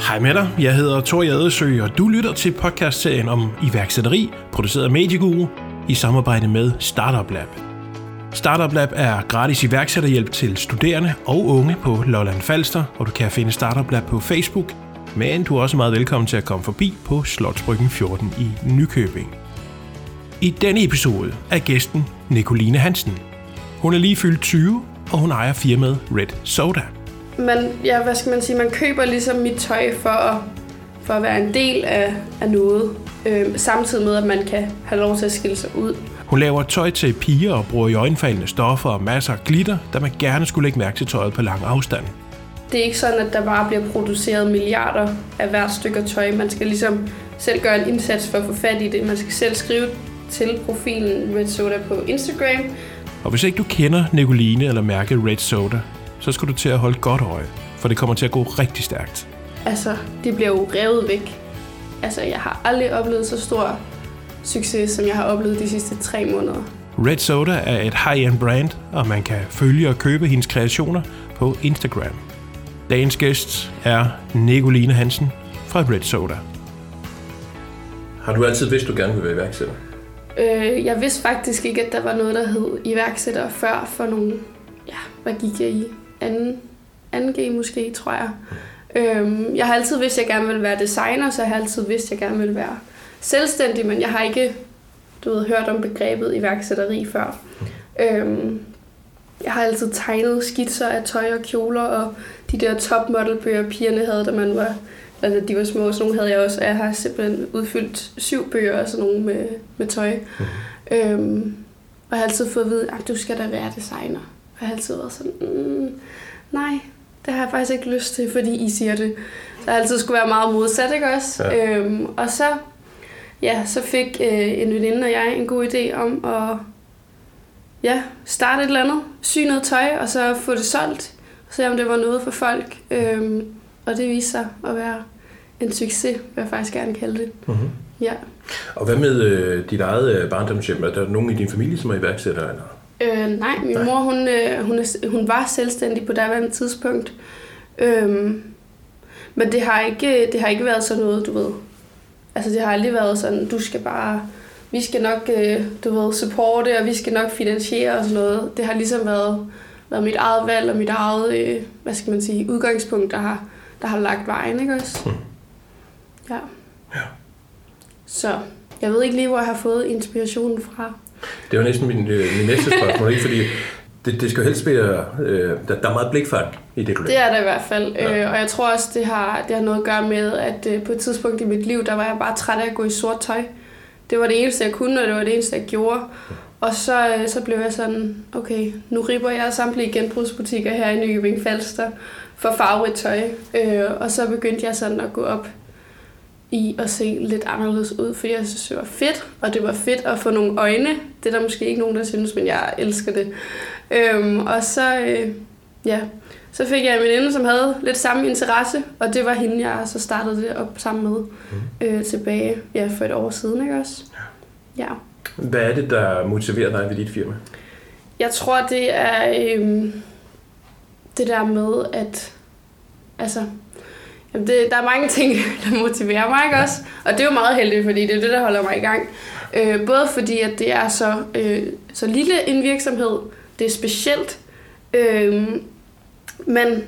Hej med dig, jeg hedder Thor Jadesø, og du lytter til podcastserien om iværksætteri, produceret af Medieguru i samarbejde med Startup Lab. Startup Lab er gratis iværksætterhjælp til studerende og unge på Lolland Falster, og du kan finde Startup Lab på Facebook, men du er også meget velkommen til at komme forbi på Slotsbryggen 14 i Nykøbing. I denne episode er gæsten Nicoline Hansen. Hun er lige fyldt 20, og hun ejer firmaet Red Soda. Man køber ligesom mit tøj for at være en del af noget, samtidig med, at man kan have lov til at skille sig ud. Hun laver tøj til piger og bruger iøjnefaldende stoffer og masser af glitter, da man gerne skulle lægge mærke til tøjet på lang afstand. Det er ikke sådan, at der bare bliver produceret milliarder af hvert stykke tøj. Man skal ligesom selv gøre en indsats for at få fat i det. Man skal selv skrive til profilen Red Soda på Instagram. Og hvis ikke du kender Nicoline eller mærket Red Soda, så skal du til at holde godt øje, for det kommer til at gå rigtig stærkt. Det bliver jo revet væk. Jeg har aldrig oplevet så stor succes, som jeg har oplevet de sidste 3 måneder. Red Soda er et high-end brand, og man kan følge og købe hendes kreationer på Instagram. Dagens gæst er Nicoline Hansen fra Red Soda. Har du altid vidst, du gerne ville være iværksætter? Jeg vidste faktisk ikke, at der var noget, der hed iværksætter før for nogle... hvad gik jeg i? 2G måske, tror jeg. Jeg har altid vidst, at jeg gerne ville være designer, så jeg har altid vidst, at jeg gerne ville være selvstændig, men jeg har ikke hørt om begrebet iværksætteri før. Jeg har altid tegnet skitser af tøj og kjoler, og de der topmodelbøger, pigerne havde, da man var... de var små, så nogle havde jeg også, og jeg har simpelthen udfyldt 7 bøger og sådan nogle med tøj. Og jeg har altid fået at vide, at du skal da være designer. Og jeg har altid været sådan, nej, det har jeg faktisk ikke lyst til, fordi I siger det. Så jeg altid skulle være meget modsat, ikke også? Ja. Og så fik en veninde og jeg en god idé om at starte et eller andet, sy noget tøj, og så få det solgt, og se om det var noget for folk. Og det viste sig at være en succes, vil jeg faktisk gerne kalde det. Mm-hmm. Ja. Og hvad med dit eget barndomshjem? Er der nogen i din familie, som er iværksætter? Eller? Nej, min mor hun var selvstændig på daværende tidspunkt. Men det har ikke været sådan noget, du ved. Det har aldrig været sådan, vi skal nok, supporte, og vi skal nok finansiere og sådan noget. Det har ligesom været mit eget valg og mit eget, udgangspunkt, der har lagt vejen, ikke også? Ja. Så jeg ved ikke lige, hvor jeg har fået inspirationen fra. Det var næsten min næste spørgsmål, ikke? Fordi det skal jo helst være, der er meget blikfang i det, du laver. Det er der i hvert fald, og jeg tror også, det har noget at gøre med, at på et tidspunkt i mit liv, der var jeg bare træt af at gå i sort tøj. Det var det eneste, jeg kunne, og det var det eneste, jeg gjorde. Og så blev jeg sådan, okay, nu ripper jeg samtlige genbrugsbutikker her i Nykøbing Falster for farverigt tøj. Og så begyndte jeg sådan at gå op i at se lidt anderledes ud, fordi jeg synes, det var fedt, og det var fedt at få nogle øjne. Det er der måske ikke nogen, der synes, men jeg elsker det. Og så fik jeg en veninde, som havde lidt samme interesse, og det var hende, jeg så startede det op sammen med tilbage for 1 år siden, ikke også? Ja. Hvad er det, der motiverer dig ved dit firma? Jeg tror, det er det der med, at der er mange ting, der motiverer mig, ikke også? Og det er jo meget heldigt, fordi det er det, der holder mig i gang. Både fordi, at det er så lille en virksomhed, det er specielt, men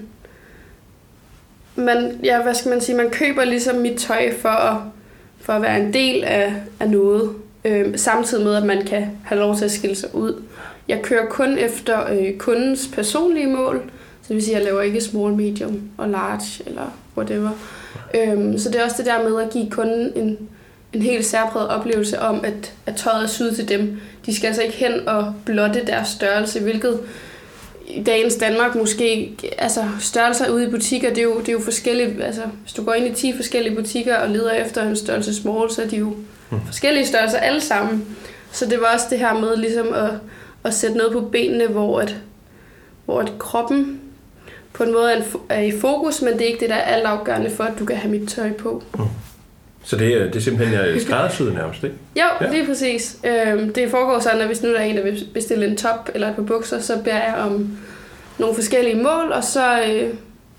man køber ligesom mit tøj for at være en del af noget, samtidig med, at man kan have lov til at skille sig ud. Jeg kører kun efter kundens personlige mål, så det vil sige, at jeg laver ikke small, medium og large eller whatever. Så det er også det der med at give kunden en helt særpræget oplevelse om, at tøjet er syet til dem. De skal altså ikke hen og blotte deres størrelse, hvilket i dagens Danmark måske, størrelser ude i butikker, det er jo forskelligt. Hvis du går ind i 10 forskellige butikker og leder efter en størrelse small, så er de jo forskellige størrelser alle sammen. Så det var også det her med ligesom at sætte noget på benene, hvor at kroppen på en måde er i fokus, men det er ikke det, der er altafgørende for, at du kan have mit tøj på. Så det er simpelthen skræddersyet nærmest, ikke? Jo, lige præcis. Det foregår sådan, at hvis nu der er en, der vil bestille en top eller et par bukser, så beder jeg om nogle forskellige mål, og så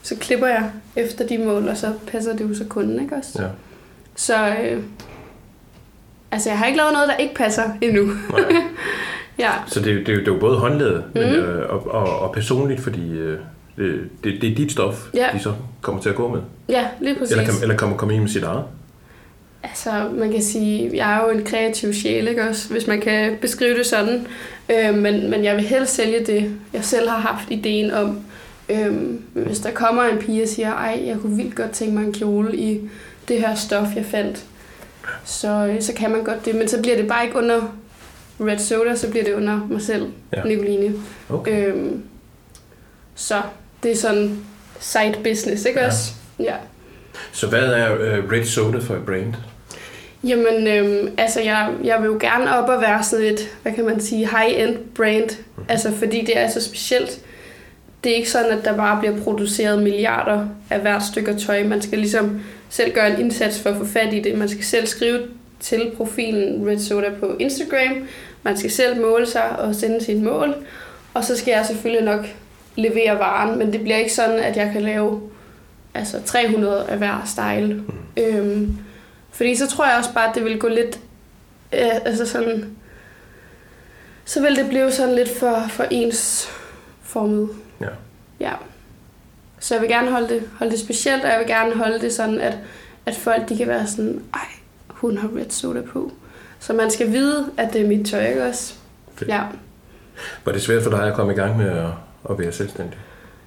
så klipper jeg efter de mål, og så passer det jo så kunden, ikke også? Ja. Så altså, jeg har ikke lavet noget, der ikke passer endnu. Ja. Så det er jo både håndlaget og personligt, fordi det er dit stof, de så kommer til at gå med. Ja, lige præcis. Eller kommer ind med sit eget. Altså, man kan sige, jeg er jo en kreativ sjæl, ikke også, hvis man kan beskrive det sådan. Men jeg vil helst sælge det, jeg selv har haft ideen om. Hvis der kommer en pige og siger, ej, jeg kunne vildt godt tænke mig en kjole i det her stof, jeg fandt, så kan man godt det. Men så bliver det bare ikke under Red Soda, så bliver det under mig selv, Nicoline. Okay. Så det er sådan side business, ikke også? Ja. Så hvad er Red Soda for et brand? Jamen, altså jeg vil jo gerne op og være sådan et, hvad kan man sige, high-end brand. Altså fordi det er så specielt. Det er ikke sådan, at der bare bliver produceret milliarder af hvert stykke tøj. Man skal ligesom selv gøre en indsats for at få fat i det. Man skal selv skrive til profilen Red Soda på Instagram. Man skal selv måle sig og sende sit mål. Og så skal jeg selvfølgelig nok levere varen, men det bliver ikke sådan, at jeg kan lave 300 af hver style. Fordi så tror jeg også bare, at det vil gå lidt, sådan, så vil det blive sådan lidt for ensformet. Ja. Så jeg vil gerne holde det specielt, og jeg vil gerne holde det sådan, at folk de kan være sådan, ej, hun har Red Soda på. Så man skal vide, at det er mit tøj, ikke også? Fedt. Ja. Var det svært for dig at komme i gang med at være selvstændig?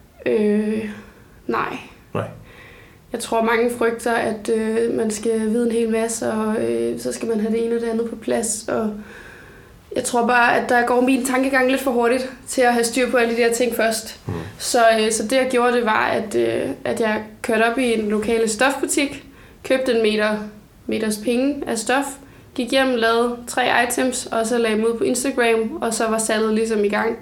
Nej. Nej. Jeg tror, mange frygter, at man skal vide en hel masse, og så skal man have det ene og det andet på plads. Og jeg tror bare, at der går min tankegang lidt for hurtigt til at have styr på alle de der ting først. Så det, jeg gjorde, det var, at jeg kørte op i en lokale stofbutik, købte en meters penge af stof, gik hjem, lavede 3 items, og så lagde dem ud på Instagram, og så var salget ligesom i gang.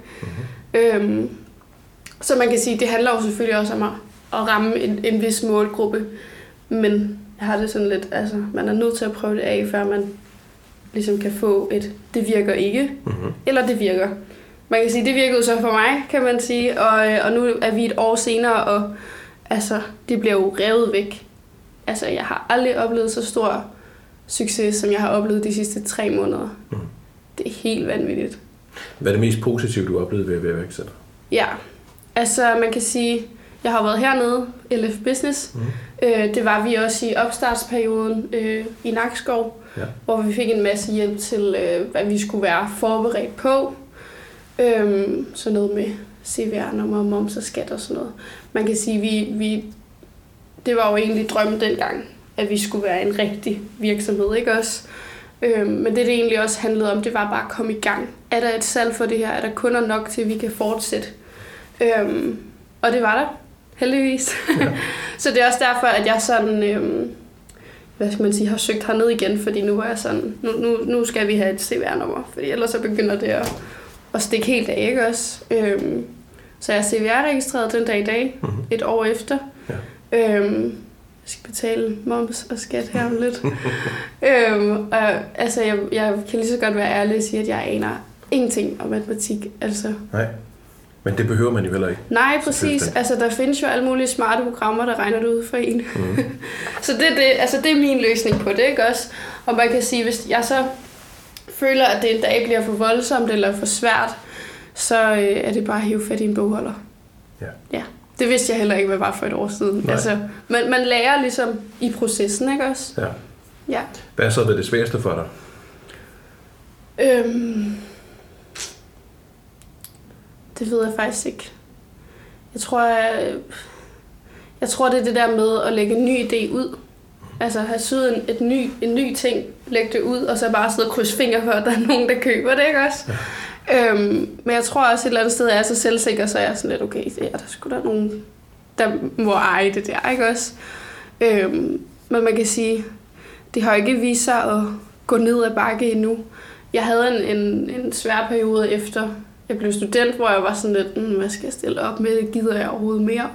Så man kan sige, det handler jo selvfølgelig også om at ramme en vis målgruppe, men jeg har det sådan lidt, altså man er nødt til at prøve det af, før man ligesom kan få det virker ikke, eller det virker. Man kan sige, det virkede så for mig, kan man sige, og nu er vi et år senere, og altså, det bliver jo revet væk. Altså, jeg har aldrig oplevet så stor succes, som jeg har oplevet de sidste 3 måneder. Det er helt vanvittigt. Hvad er det mest positive, du har oplevet ved at være iværksætter? Ja, altså man kan sige, jeg har været hernede, LF Business. Det var vi også i opstartsperioden i Nakskov, hvor vi fik en masse hjælp til, hvad vi skulle være forberedt på. Så noget med CVR-nummer, moms og skat og sådan noget. Man kan sige, det var jo egentlig drømmen dengang, at vi skulle være en rigtig virksomhed, ikke også? Men det egentlig også handlede om, det var bare at komme i gang. Er der et salg for det her? Er der kunder nok til, at vi kan fortsætte? Og det var der, heldigvis. Ja. Så det er også derfor, at jeg sådan, hvad skal man sige, har søgt herned igen, fordi nu er jeg sådan, nu skal vi have et CVR-nummer, fordi ellers så begynder det at stikke helt af, ikke også? Så jeg er CVR-registreret den dag i dag, et år efter. Ja. Jeg skal betale moms og skat her om lidt. Og, altså, jeg kan lige så godt være ærlig og sige, at jeg aner ingenting om matematik. Altså. Nej, men det behøver man jo heller ikke. Nej, præcis. Altså, der findes jo alle mulige smarte programmer, der regner det ud for en. Så det er min løsning på det, ikke også? Og man kan sige, hvis jeg så føler, at det en dag bliver for voldsomt eller for svært, så er det bare at hive fat i en bogholder. Ja. Det vidste jeg heller ikke, hvad var for et år siden. Altså, man lærer ligesom i processen, ikke også? Ja. Hvad er så det sværeste for dig? Det ved jeg faktisk ikke. Jeg tror, det er det der med at lægge en ny idé ud. Altså have syet en ny ting, lægge det ud, og så bare sidde og krydse fingre for, at der er nogen, der køber det, ikke også? Ja. Men jeg tror også et eller andet sted, at jeg er så selvsikker, så jeg er sådan lidt, okay, der er sgu da nogen, der må eje det der, ikke også? Men man kan sige, det har ikke vist sig at gå ned ad bakke endnu. Jeg havde en svær periode efter jeg blev student, hvor jeg var sådan lidt, hvad skal jeg stille op med? Gider jeg overhovedet mere?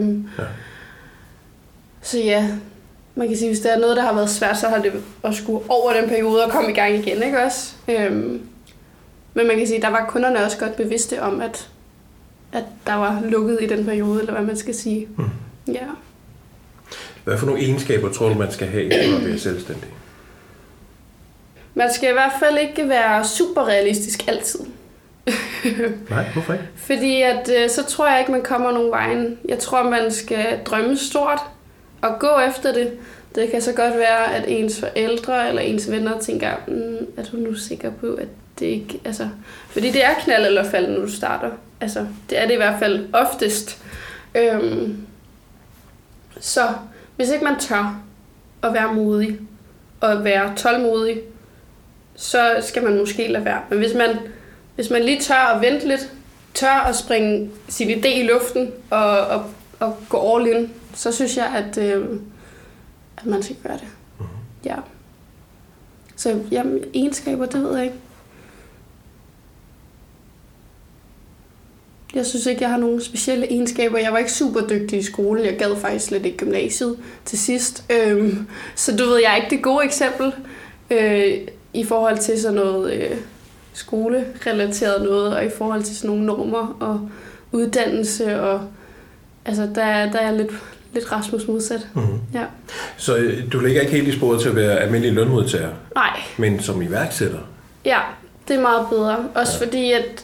Så ja, man kan sige, hvis der er noget, der har været svært, så har det at skulle over den periode og komme i gang igen, ikke også? Men man kan sige, der var kunderne også godt bevidste om, at der var lukket i den periode, eller hvad man skal sige. Ja. Hvad for nogle egenskaber tror du, man skal have for at være selvstændig? Man skal i hvert fald ikke være super realistisk altid. Nej, hvorfor ikke? Fordi så tror jeg ikke, man kommer nogen vejen. Jeg tror, man skal drømme stort og gå efter det. Det kan så godt være, at ens forældre eller ens venner tænker, er du nu sikker på, at det ikke... Altså, fordi det er knald eller fald, når du starter. Altså, det er det i hvert fald oftest. Så hvis ikke man tør at være modig og være tålmodig, så skal man måske lade være. Men hvis man lige tør at vente lidt, tør at springe sin idé i luften og gå all in, så synes jeg, at man skal gøre det. Ja. Så jamen, egenskaber, det ved jeg ikke. Jeg synes ikke, jeg har nogle specielle egenskaber. Jeg var ikke super dygtig i skolen. Jeg gad faktisk slet ikke gymnasiet til sidst. Så du ved, jeg er ikke det gode eksempel i forhold til sådan noget skolerelateret noget, og i forhold til sådan nogle normer og uddannelse. Og, altså, der er lidt Rasmus modsat. Mm-hmm. Ja. Så du ligger ikke helt i sporet til at være almindelig lønmodtager? Nej. Men som iværksætter? Ja, det er meget bedre. Også fordi, at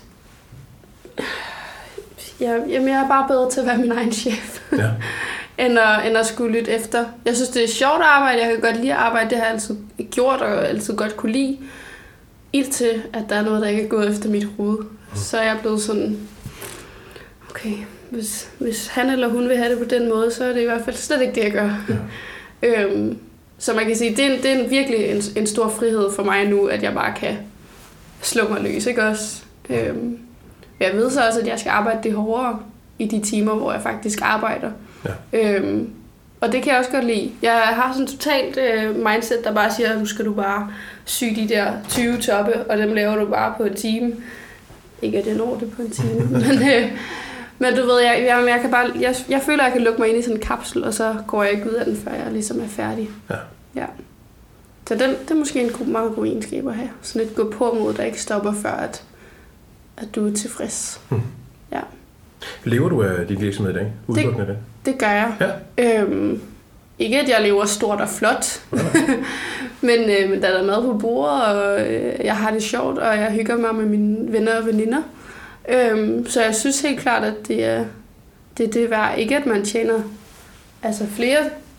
jeg er bare bedre til at være min egen chef, end at skulle lytte efter. Jeg synes, det er sjovt at arbejde. Jeg kan godt lide at arbejde. Det har jeg altid gjort, og altid godt kunne lide. Indtil, at der er noget, der ikke er gået efter mit hoved. Så er jeg blevet sådan, okay, hvis han eller hun vil have det på den måde, så er det i hvert fald slet ikke det, jeg gør. Ja. Så man kan sige, det er virkelig en stor frihed for mig nu, at jeg bare kan slå mig løs, ikke også? Jeg ved så også, at jeg skal arbejde det hårdere i de timer, hvor jeg faktisk arbejder. Ja. Og det kan jeg også godt lide. Jeg har sådan totalt mindset, der bare siger, at nu skal du bare sy de der 20 toppe, og dem laver du bare på en time. Ikke at jeg når det på en time, men du ved, jeg føler, at jeg kan lukke mig ind i sådan en kapsel, og så går jeg ikke ud af den, før jeg ligesom er færdig. Ja. Så det er måske en meget god egenskab at have. Sådan et gå på mod, der ikke stopper før, at du er tilfreds. Ja. Lever du af din virksomhed i dag? Udelukkende det? Det gør jeg. Ja. Ikke at jeg lever stort og flot, men der er mad på bordet, og jeg har det sjovt, og jeg hygger mig med mine venner og veninder. Så jeg synes helt klart, at det er det værd. Ikke at man tjener altså flere,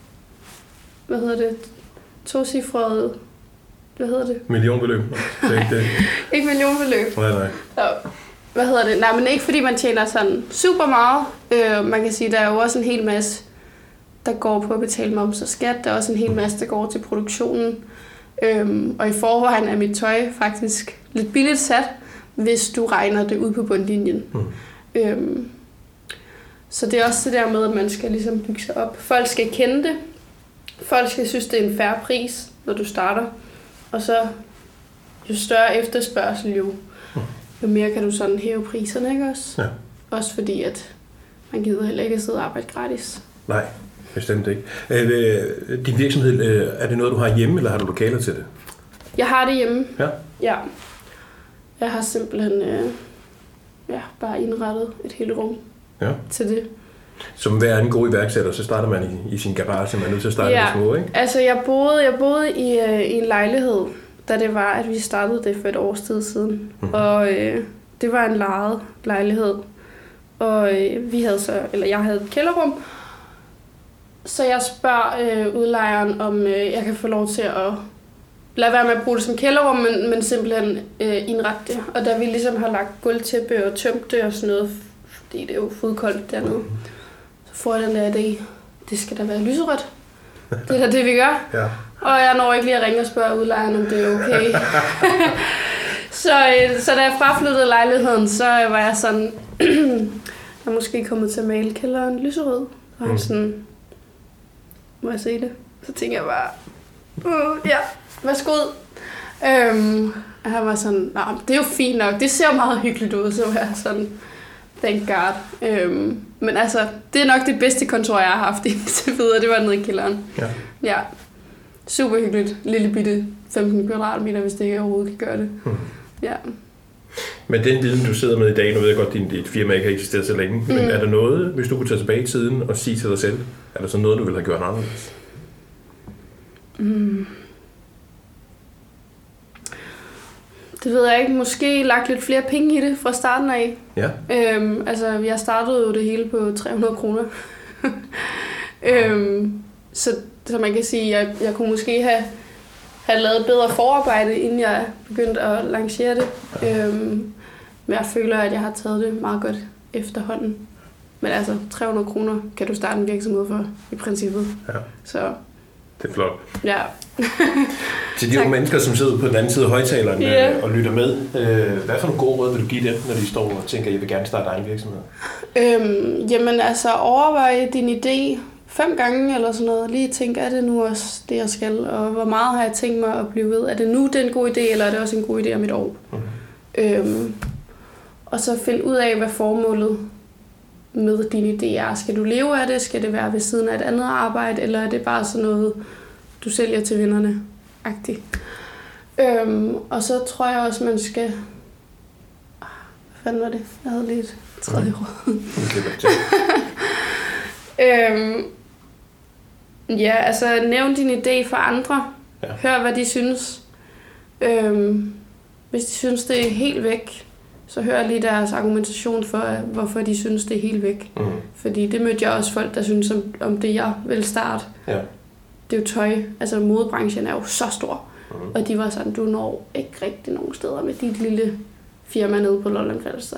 tocifrede, millionbeløb. Ikke millionbeløb. Nej. Så, nej, men ikke fordi man tjener sådan super meget. Man kan sige, der er jo også en hel masse, der går på at betale moms og skat. Der er også en hel masse, der går til produktionen. Og i forvejen er mit tøj faktisk lidt billigt sat, hvis du regner det ud på bundlinjen. Så det er også det der med, at man skal ligesom bygge sig op. Folk skal kende det. Folk skal synes, det er en fair pris, når du starter. Og så jo større efterspørgsel, jo mere kan du sådan hæve priserne, ikke også? Ja. Også fordi, at man gider heller ikke at sidde og arbejde gratis. Nej, bestemt ikke. Din virksomhed, er det noget, du har hjemme, eller har du lokaler til det? Jeg har det hjemme. Ja. Jeg har simpelthen bare indrettet et helt rum til det. Som hver anden god iværksætter, så starter man i sin garage, man er nødt til at starte med små, ikke? Altså jeg boede i en lejlighed, da det var, at vi startede det for et års tid siden. Og det var en lejet lejlighed. Og jeg havde et kælderrum. Så jeg spørger udlejeren, om jeg kan få lov til at lade være med at bruge det som kælderrum, men simpelthen indrette det. Og da vi ligesom har lagt gulvtæppe og tømt det og sådan noget, fordi det er jo fodkoldt dernede, så får jeg den der idé, det skal da være lyserødt. Det er da det, vi gør. Ja. Og jeg når ikke lige at ringe og spørge udlejeren, om det er okay. så da jeg fraflyttede lejligheden, så var jeg sådan, jeg er måske kommet til at male kælderen lyserød. Og han sådan, må jeg se det? Så tænkte jeg bare, ja, værsgo. Og han var sådan, nej, det er jo fint nok, det ser meget hyggeligt ud, så var jeg sådan, thank God. Men altså, det er nok det bedste kontor, jeg har haft indtil videre, det var nede i kælderen. Ja. Super hyggeligt. Lille bitte 15 kvadratmeter, hvis det ikke overhovedet kan gøre det. Ja. Men den viden, du sidder med i dag, nu ved jeg godt, at dit firma ikke har eksisteret så længe, men er der noget, hvis du kunne tage tilbage i tiden og sige til dig selv, er der så noget, du ville have gjort anderledes? Det ved jeg ikke. Måske lagt lidt flere penge i det fra starten af. Ja. Altså, jeg startede jo det hele på 300 kroner. Så man kan sige, at jeg kunne måske have lavet bedre forarbejde, inden jeg begyndte at lancere det. Men jeg føler, at jeg har taget det meget godt efterhånden. Men altså, 300 kroner kan du starte en virksomhed for, i princippet. Ja. Så det er flot. Ja. Til de unge mennesker, som sidder på den anden side af højtaleren og lytter med, hvad for nogle gode råd vil du give dem, når de står og tænker, at jeg vil gerne starte egen virksomhed? Jamen altså, overvej din idé 5 gange eller sådan noget. Lige tænk, er det nu også det, jeg skal? Og hvor meget har jeg tænkt mig at blive ved? Er det nu, det er en god idé, eller er det også en god idé om et år? Og så find ud af, hvad formålet med din idé er. Skal du leve af det? Skal det være ved siden af et andet arbejde? Eller er det bare sådan noget, du sælger til vennerne? Agtigt. Og så tror jeg også, man skal... Hvad fanden var det? Jeg havde lige et tredje råd. Ja, altså nævn din idé for andre. Ja. Hør, hvad de synes. Hvis de synes, det er helt væk, så hør lige deres argumentation for, hvorfor de synes, det er helt væk. Fordi det mødte jeg også folk, der synes om det, jeg vil starte. Ja. Det er jo tøj. Altså modebranchen er jo så stor. Og de var sådan, du når ikke rigtig nogen steder med dit lille firma nede på Lolland Falster.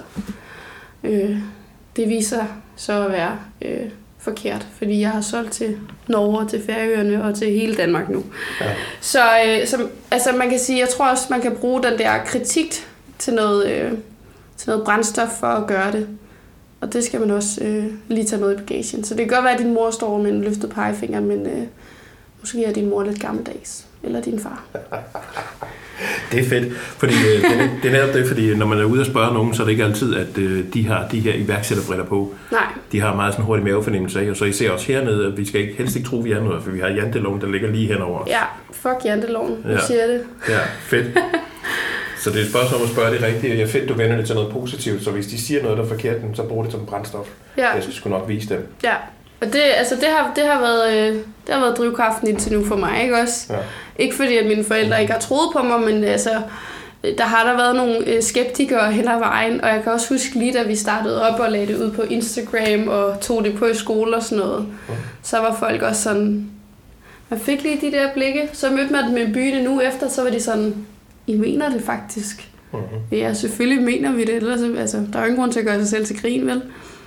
Det viser så at være forkert, fordi jeg har solgt til Norge, til Færøerne og til hele Danmark nu. Ja. Så altså man kan sige, jeg tror også, man kan bruge den der kritik til noget brændstof for at gøre det. Og det skal man også lige tage med i bagagen. Så det kan godt være, at din mor står med en løftet pegefinger, men måske er din mor lidt gammeldags. Eller din far. Det er fedt, fordi det er netop det, fordi når man er ude og spørge nogen, så er det ikke altid, at de har de her iværksætterbriller på. Nej. De har meget sådan hurtig mavefornemmelse af, og så I ser også hernede, at vi skal helst ikke tro, vi er noget, for vi har janteloven, der ligger lige henover os. Ja, fuck janteloven, du siger det. Ja, fedt. Så det er et spørgsmål om at spørge det rigtige. Jeg fedt, du vender det til noget positivt, så hvis de siger noget, der er forkert, så brug det som brændstof. Ja. Jeg skal sgu nok vise dem. Ja. Og det har været drivkraften indtil nu for mig, ikke også? Ja. Ikke fordi, at mine forældre ikke har troet på mig, men altså, der har der været nogle skeptikere hen ad vejen, og jeg kan også huske lige, da vi startede op og lagde det ud på Instagram og tog det på i skole og sådan noget, så var folk også sådan, man fik lige de der blikke, så mødte man dem i byen en uge efter, så var de sådan, I mener det faktisk. Ja, selvfølgelig mener vi det, ellers altså, der er jo ingen grund til at gøre sig selv til grin, vel?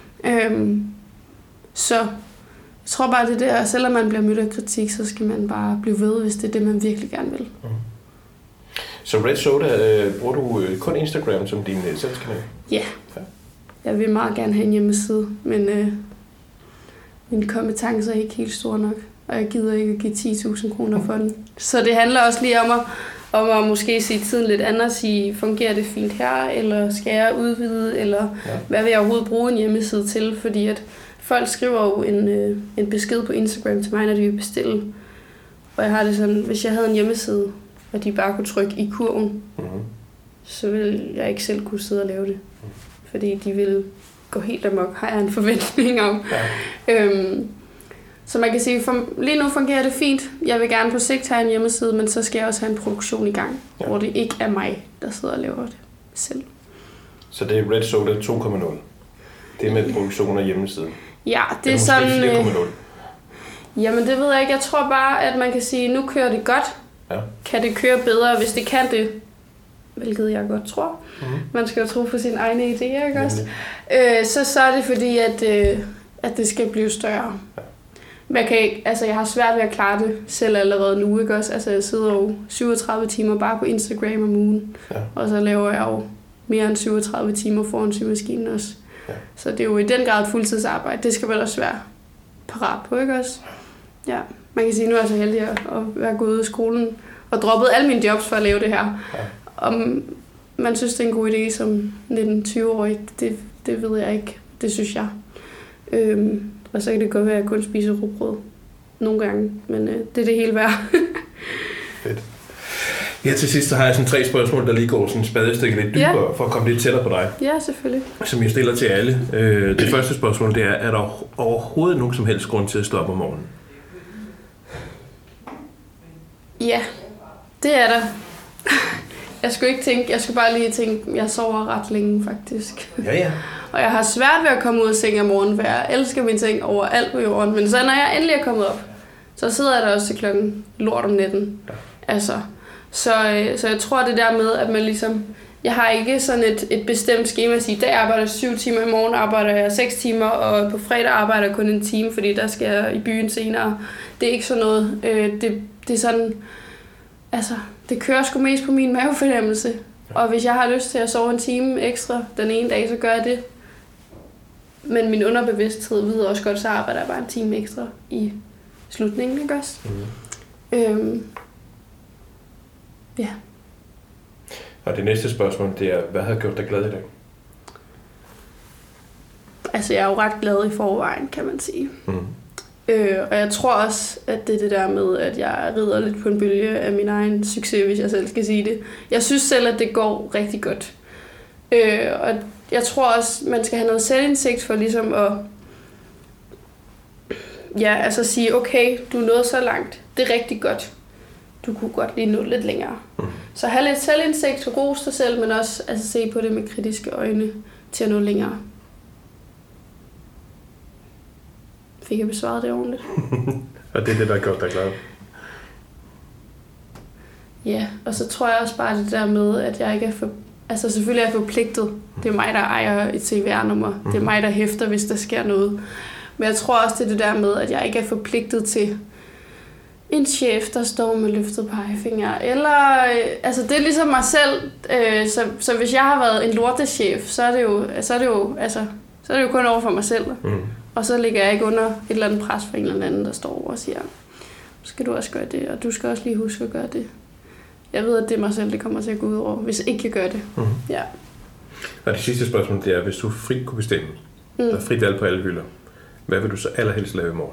Så jeg tror bare, det der, selvom man bliver mødt af kritik, så skal man bare blive ved, hvis det er det, man virkelig gerne vil. Så Red Soda, bruger du kun Instagram som din salgskanal? Ja. Jeg vil meget gerne have en hjemmeside, men mine kompetencer er ikke helt store nok, og jeg gider ikke at give 10.000 kroner for den. Så det handler også lige om at måske sige tiden lidt andet, sige, fungerer det fint her, eller skal jeg udvide, eller hvad vil jeg overhovedet bruge en hjemmeside til, fordi at folk skriver jo en besked på Instagram til mig, når de vil bestille. Og jeg har det sådan, hvis jeg havde en hjemmeside, og de bare kunne trykke i kurven, så ville jeg ikke selv kunne sidde og lave det. Fordi de ville gå helt amok, har jeg en forventning om. Ja. Så man kan sige, lige nu fungerer det fint. Jeg vil gerne på sigt have en hjemmeside, men så skal jeg også have en produktion i gang, hvor det ikke er mig, der sidder og laver det selv. Så det er Red Soda 2.0? Det er med produktion af hjemmesiden? Ja, det er sådan... Jamen det ved jeg ikke. Jeg tror bare, at man kan sige, nu kører det godt. Ja. Kan det køre bedre, hvis det kan det? Hvilket jeg godt tror. Man skal jo tro på sine egne idéer, ikke også? Så er det fordi, at det skal blive større. Ja. Men jeg har svært ved at klare det selv allerede nu, ikke også? Altså jeg sidder jo 37 timer bare på Instagram om ugen. Ja. Og så laver jeg jo mere end 37 timer foran symaskinen også. Ja. Så det er jo i den grad et fuldtidsarbejde. Det skal vel også være parat på, ikke også? Ja. Man kan sige, nu er jeg så heldig at være gået ud af skolen og droppet alle mine jobs for at lave det her. Ja. Om man synes, det er en god idé som 19-20-årig, det ved jeg ikke. Det synes jeg. Og så kan det godt være, at jeg kun spiser rugbrød nogle gange, men det er det hele værd. Fedt. Her til sidst så har jeg sådan 3 spørgsmål, der lige går sådan spadestik lidt dybere, for at komme lidt tættere på dig. Ja, selvfølgelig. Som jeg stiller til alle. Det første spørgsmål, det er der overhovedet nogen som helst grund til at stå op om morgenen? Ja, det er der. Jeg skulle bare lige tænke, jeg sover ret længe faktisk. Ja. Og jeg har svært ved at komme ud af seng om morgenen, for jeg elsker min seng over alt på jorden. Men så når jeg endelig er kommet op, så sidder jeg der også til klokken lort om natten. Ja. Altså, så jeg tror det der med, at man ligesom... Jeg har ikke sådan et bestemt schema at sige, i dag arbejder jeg 7 timer, i morgen arbejder jeg 6 timer, og på fredag arbejder jeg kun 1 time, fordi der skal jeg i byen senere. Det er ikke sådan noget. Det er sådan... Altså, det kører sgu mest på min mavefornemmelse. Og hvis jeg har lyst til at sove 1 time ekstra den ene dag, så gør jeg det. Men min underbevidsthed ved også godt, så arbejder jeg bare 1 time ekstra i slutningen, ikke også? Ja. Og det næste spørgsmål, det er, hvad har gjort dig glad i dag? Altså, jeg er jo ret glad i forvejen, kan man sige. Og jeg tror også, at det er det der med, at jeg rider lidt på en bølge af min egen succes, hvis jeg selv skal sige det. Jeg synes selv, at det går rigtig godt. Og jeg tror også, man skal have noget selvindsigt for ligesom at sige, okay, du er nået så langt. Det er rigtig godt. Du kunne godt lige nå lidt længere. Så have lidt selvindsigt og rose dig selv, men også se på det med kritiske øjne til at nå længere. Fik jeg besvaret det ordentligt? Og det er det, der har gjort dig glad? Ja, og så tror jeg også bare det der med, at jeg ikke er selvfølgelig er jeg forpligtet. Det er mig, der ejer et CVR-nummer. Det er mig, der hæfter, hvis der sker noget. Men jeg tror også, det er det der med, at jeg ikke er forpligtet til en chef, der står med løftet pegefinger. Eller, det er ligesom mig selv. Så hvis jeg har været en lortechef, så er det jo kun over for mig selv. Og så ligger jeg ikke under et eller andet pres fra en eller anden, der står over og siger, skal du også gøre det, og du skal også lige huske at gøre det. Jeg ved, at det er mig selv, det kommer til at gå ud over, hvis ikke jeg gør det. Ja. Og det sidste spørgsmål, det er, hvis du frit kunne bestemme, der er frit valg på alle hylder, hvad vil du så allerhelst lave i morgen?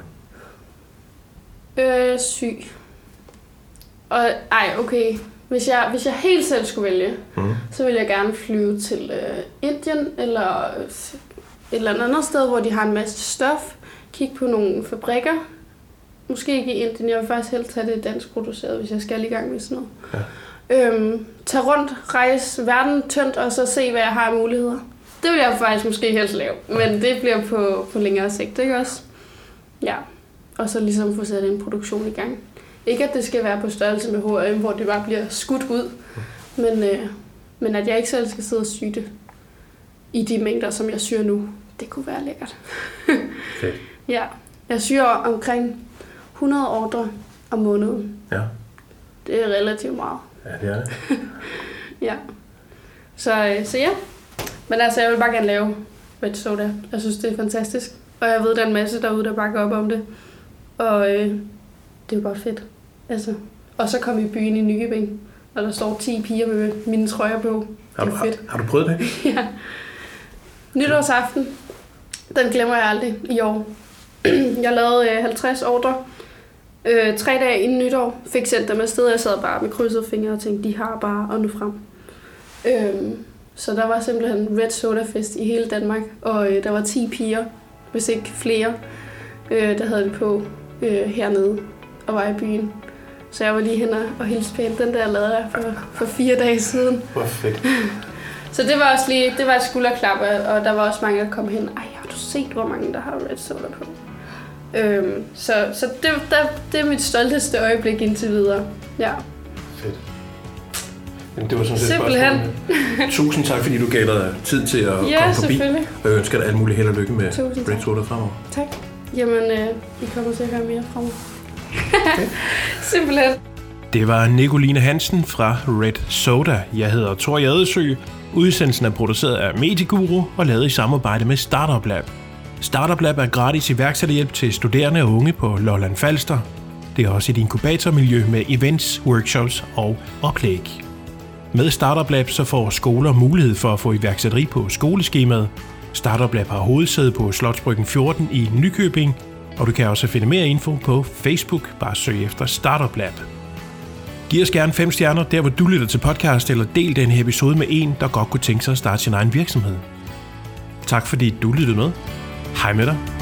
Syg. Og okay. Hvis jeg helt selv skulle vælge, så ville jeg gerne flyve til Indien, eller et eller andet sted, hvor de har en masse stof. Kigge på nogle fabrikker. Måske ikke i Indien. Jeg vil faktisk helst have det dansk produceret, hvis jeg skal i gang med sådan noget. Ja. Tage rundt, rejse verden tyndt, og så se, hvad jeg har af muligheder. Det vil jeg faktisk måske helst lave. Men det bliver på længere sigt, ikke også? Ja. Og så ligesom få sat en produktion i gang. Ikke at det skal være på størrelse med H&M, hvor det bare bliver skudt ud. Men at jeg ikke selv skal sidde og sy det i de mængder, som jeg syr nu. Det kunne være lækkert. Okay. Ja. Jeg syr omkring 100 ordre om måneden. Ja. Det er relativt meget. Ja, det er det. Ja. Så ja. Men jeg vil bare gerne lave Red Soda. Jeg synes, det er fantastisk. Og jeg ved, der er en masse derude, der bakker op om det. Og det er jo bare fedt. Og så kom vi i byen i Nykøbing, og der står 10 piger med mine trøjer på. Det er fedt. Har du prøvet det? Ja. Nytårsaften. Den glemmer jeg aldrig i år. Jeg lavede 50 ordre. 3 dage inden nytår. Fik sendt dem afsted. Jeg sad bare med krydsede fingre og tænkte, de har bare at nå frem. Så der var simpelthen Red Soda Fest i hele Danmark. Og der var 10 piger, hvis ikke flere, der havde det på hernede og var i byen. Så jeg var lige hen og hilse pænt. Den der lavede jeg for 4 dage siden. Hvor fedt. Så det var også lige, det var et skulderklap, og der var også mange, der kom hen. Ej, har du set, hvor mange, der har Red Soda på? Så det er mit stolteste øjeblik indtil videre. Ja. Fedt. Jamen, det var sådan set simpelthen. Tusind tak, fordi du gav dig tid til at komme forbi. Og jeg ønsker dig alt muligt held og lykke med Red Soda fremover. Tak. Jamen, I kommer til at høre mere fremover. Okay. Simpelthen. Det var Nicoline Hansen fra Red Soda. Jeg hedder Thor Jadesø. Udsendelsen er produceret af Medieguru og lavet i samarbejde med Startup Lab. Startup Lab er gratis iværksætterhjælp til studerende og unge på Lolland Falster. Det er også et inkubatormiljø med events, workshops og oplæg. Med Startup Lab så får skoler mulighed for at få iværksætteri på skoleskemaet. Startup Lab har hovedsæde på Slotsbryggen 14 i Nykøbing, og du kan også finde mere info på Facebook. Bare søg efter Startup Lab. Giv os gerne 5 stjerner, der hvor du lytter til podcast, eller del den her episode med en, der godt kunne tænke sig at starte sin egen virksomhed. Tak fordi du lyttede med. Hej med dig.